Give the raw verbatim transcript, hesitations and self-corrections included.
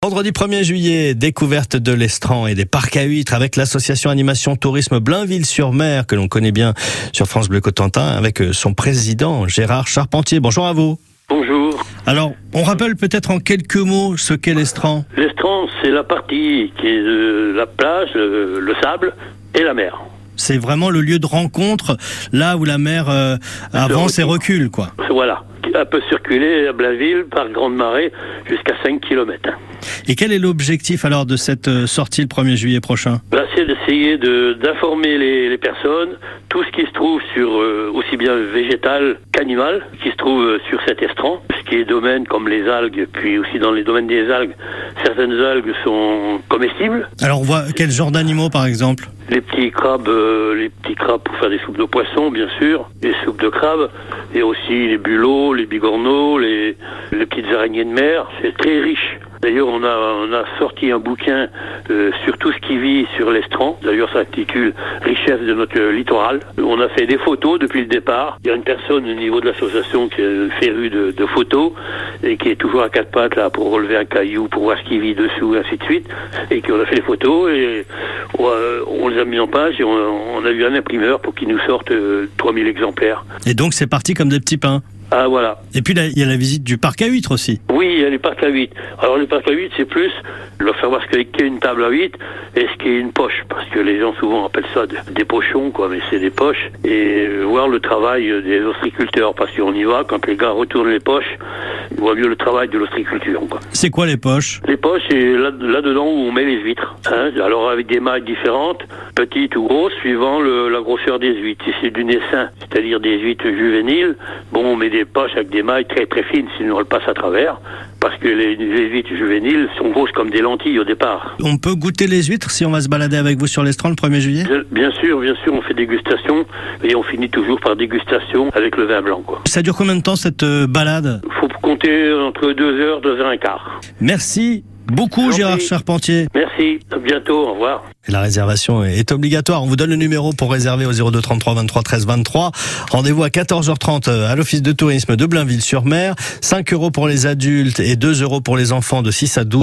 Vendredi premier juillet, découverte de l'estran et des parcs à huîtres avec l'association Animation Tourisme Blainville-sur-Mer que l'on connaît bien sur France Bleu Cotentin avec son président Gérard Charpentier. Bonjour à vous. Bonjour. Alors, on rappelle peut-être en quelques mots ce qu'est l'estran. L'estran, c'est la partie qui est de la plage, le, le sable et la mer. C'est vraiment le lieu de rencontre, là où la mer euh, avance et recule, quoi. Voilà. Elle peut circuler à Blainville par grande marée jusqu'à cinq kilomètres. Et quel est l'objectif alors de cette sortie le premier juillet prochain ? Là, c'est d'essayer de, d'informer les, les personnes, tout ce qui se trouve sur, euh, aussi bien végétal qu'animal, qui se trouve euh, sur cet estran, ce qui est domaine comme les algues, puis aussi dans les domaines des algues, certaines algues sont comestibles. Alors on voit quel genre d'animaux par exemple ? Les petits crabes, euh, les petits crabes pour faire des soupes de poisson, bien sûr, les soupes de crabes, et aussi les bulots, les bigorneaux, les, les petites araignées de mer. C'est très riche. D'ailleurs, on a, on a sorti un bouquin euh, sur tout ce qui vit sur l'estran. D'ailleurs, ça s'intitule « Richesse de notre littoral ». On a fait des photos depuis le départ. Il y a une personne au niveau de l'association qui est férue de, de photos et qui est toujours à quatre pattes là pour relever un caillou, pour voir ce qui vit dessous, et ainsi de suite. Et qu'on a fait les photos et on, on les a mis en page et on, on a eu un imprimeur pour qu'il nous sorte euh, trois mille exemplaires. Et donc, c'est parti comme des petits pains. Ah, voilà. Et puis, il y a la visite du parc à huîtres aussi. Oui, il y a les parcs à huîtres. Alors, les parcs à huîtres, c'est plus leur faire voir ce qu'est une table à huîtres et ce qu'est une poche. Parce que les gens, souvent, appellent ça des pochons, quoi, mais c'est des poches. Et voir le travail des ostréiculteurs. Parce qu'on y va, quand les gars retournent les poches, ils voient mieux le travail de l'ostréiculture, quoi. C'est quoi les poches ? Les poches, c'est là, là-dedans où on met les huîtres. Hein. Alors, avec des mailles différentes, petites ou grosses, suivant le, la grosseur des huîtres. Si c'est du naissin, c'est-à-dire des huîtres juvéniles, bon, on met des poches avec des mailles très très fines, sinon elles passent à travers, parce que les, les huîtres juvéniles sont grosses comme des lentilles au départ. On peut goûter les huîtres si on va se balader avec vous sur l'estran le premier juillet ? Bien sûr, bien sûr, on fait dégustation et on finit toujours par dégustation avec le vin blanc, quoi. Ça dure combien de temps cette euh, balade ? Faut compter entre deux heures, deux heures et quart. Merci beaucoup Gérard Charpentier. Merci, à bientôt, au revoir. Et la réservation est obligatoire. On vous donne le numéro pour réserver au zéro deux trente-trois vingt-trois treize vingt-trois. Rendez-vous à quatorze heures trente à l'office de tourisme de Blainville-sur-Mer. cinq euros pour les adultes et deux euros pour les enfants de six à douze.